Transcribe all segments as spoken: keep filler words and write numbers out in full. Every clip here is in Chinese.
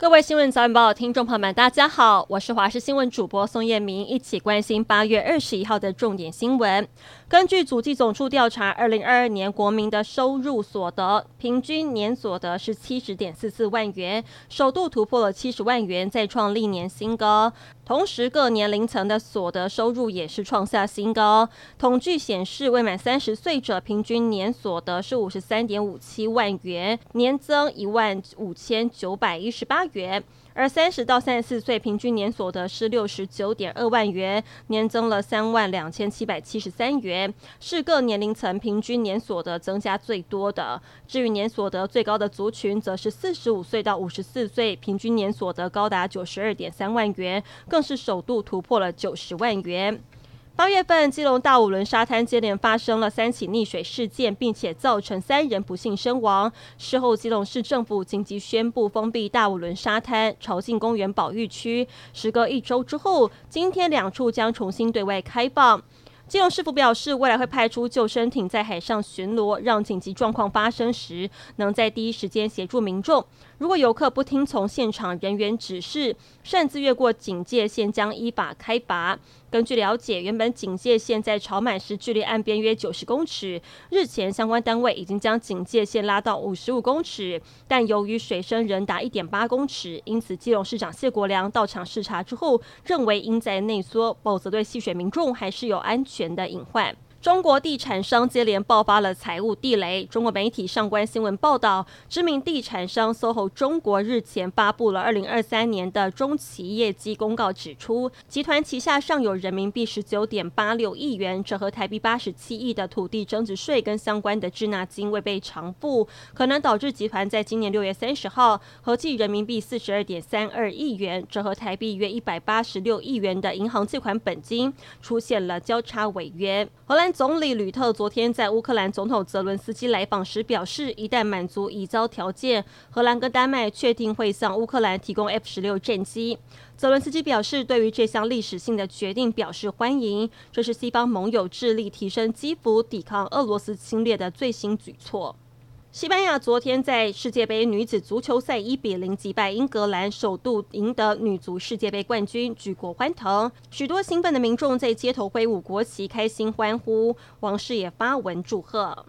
各位新闻早晚报的听众朋友们，大家好，我是华视新闻主播宋彦明，一起关心八月二十一号的重点新闻。根据主计总处调查，二零二二年国民的收入所得平均年所得是七十点四四万元，首度突破了七十万元，再创历年新高。同时，各年龄层的所得收入也是创下新高。统计显示，未满三十岁者平均年所得是五十三点五七万元，年增一万五千九百一十八元。而三十到三十四岁平均年所得是六十九点二万元，年增了三万两千七百七十三元，是各年龄层平均年所得增加最多的。至于年所得最高的族群，则是四十五岁到五十四岁，平均年所得高达九十二点三万元，更是首度突破了九十万元。八月份，基隆大武仑沙滩接连发生了三起溺水事件，并且造成三人不幸身亡。事后，基隆市政府紧急宣布封闭大武仑沙滩、潮境公园保育区。时隔一周之后，今天两处将重新对外开放。基隆市府表示，未来会派出救生艇在海上巡逻，让紧急状况发生时，能在第一时间协助民众。如果游客不听从现场人员指示，擅自越过警戒线，将依法开罚。根据了解，原本警戒线在潮满时距离岸边约九十公尺，日前相关单位已经将警戒线拉到五十五公尺，但由于水深仍达一点八公尺，因此基隆市长谢国良到场视察之后，认为应在内缩，否则对戏水民众还是有安全的隐患。中国地产商接连爆发了财务地雷。中国媒体上官新闻报道，知名地产商 S O H O 中国日前发布了二零二三年的中期业绩公告，指出集团旗下尚有人民币十九点八六亿元，折合台币八十七亿的土地增值税跟相关的滞纳金未被偿付，可能导致集团在今年六月三十号合计人民币四十二点三二亿元，折合台币约一百八十六亿元的银行借款本金出现了交叉违约。荷兰总理吕特昨天在乌克兰总统泽伦斯基来访时表示，一旦满足已遭条件，荷兰跟丹麦确定会向乌克兰提供 F 十六 战机。泽伦斯基表示，对于这项历史性的决定表示欢迎，这是西方盟友致力提升基辅抵抗俄罗斯侵略的最新举措。西班牙昨天在世界杯女子足球赛一比零击败英格兰，首度赢得女足世界杯冠军，举国欢腾。许多兴奋的民众在街头挥舞国旗，开心欢呼。王室也发文祝贺。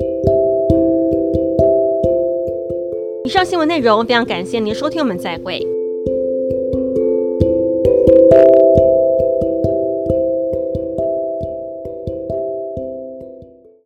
以上新闻内容非常感谢您的收听，我们再会。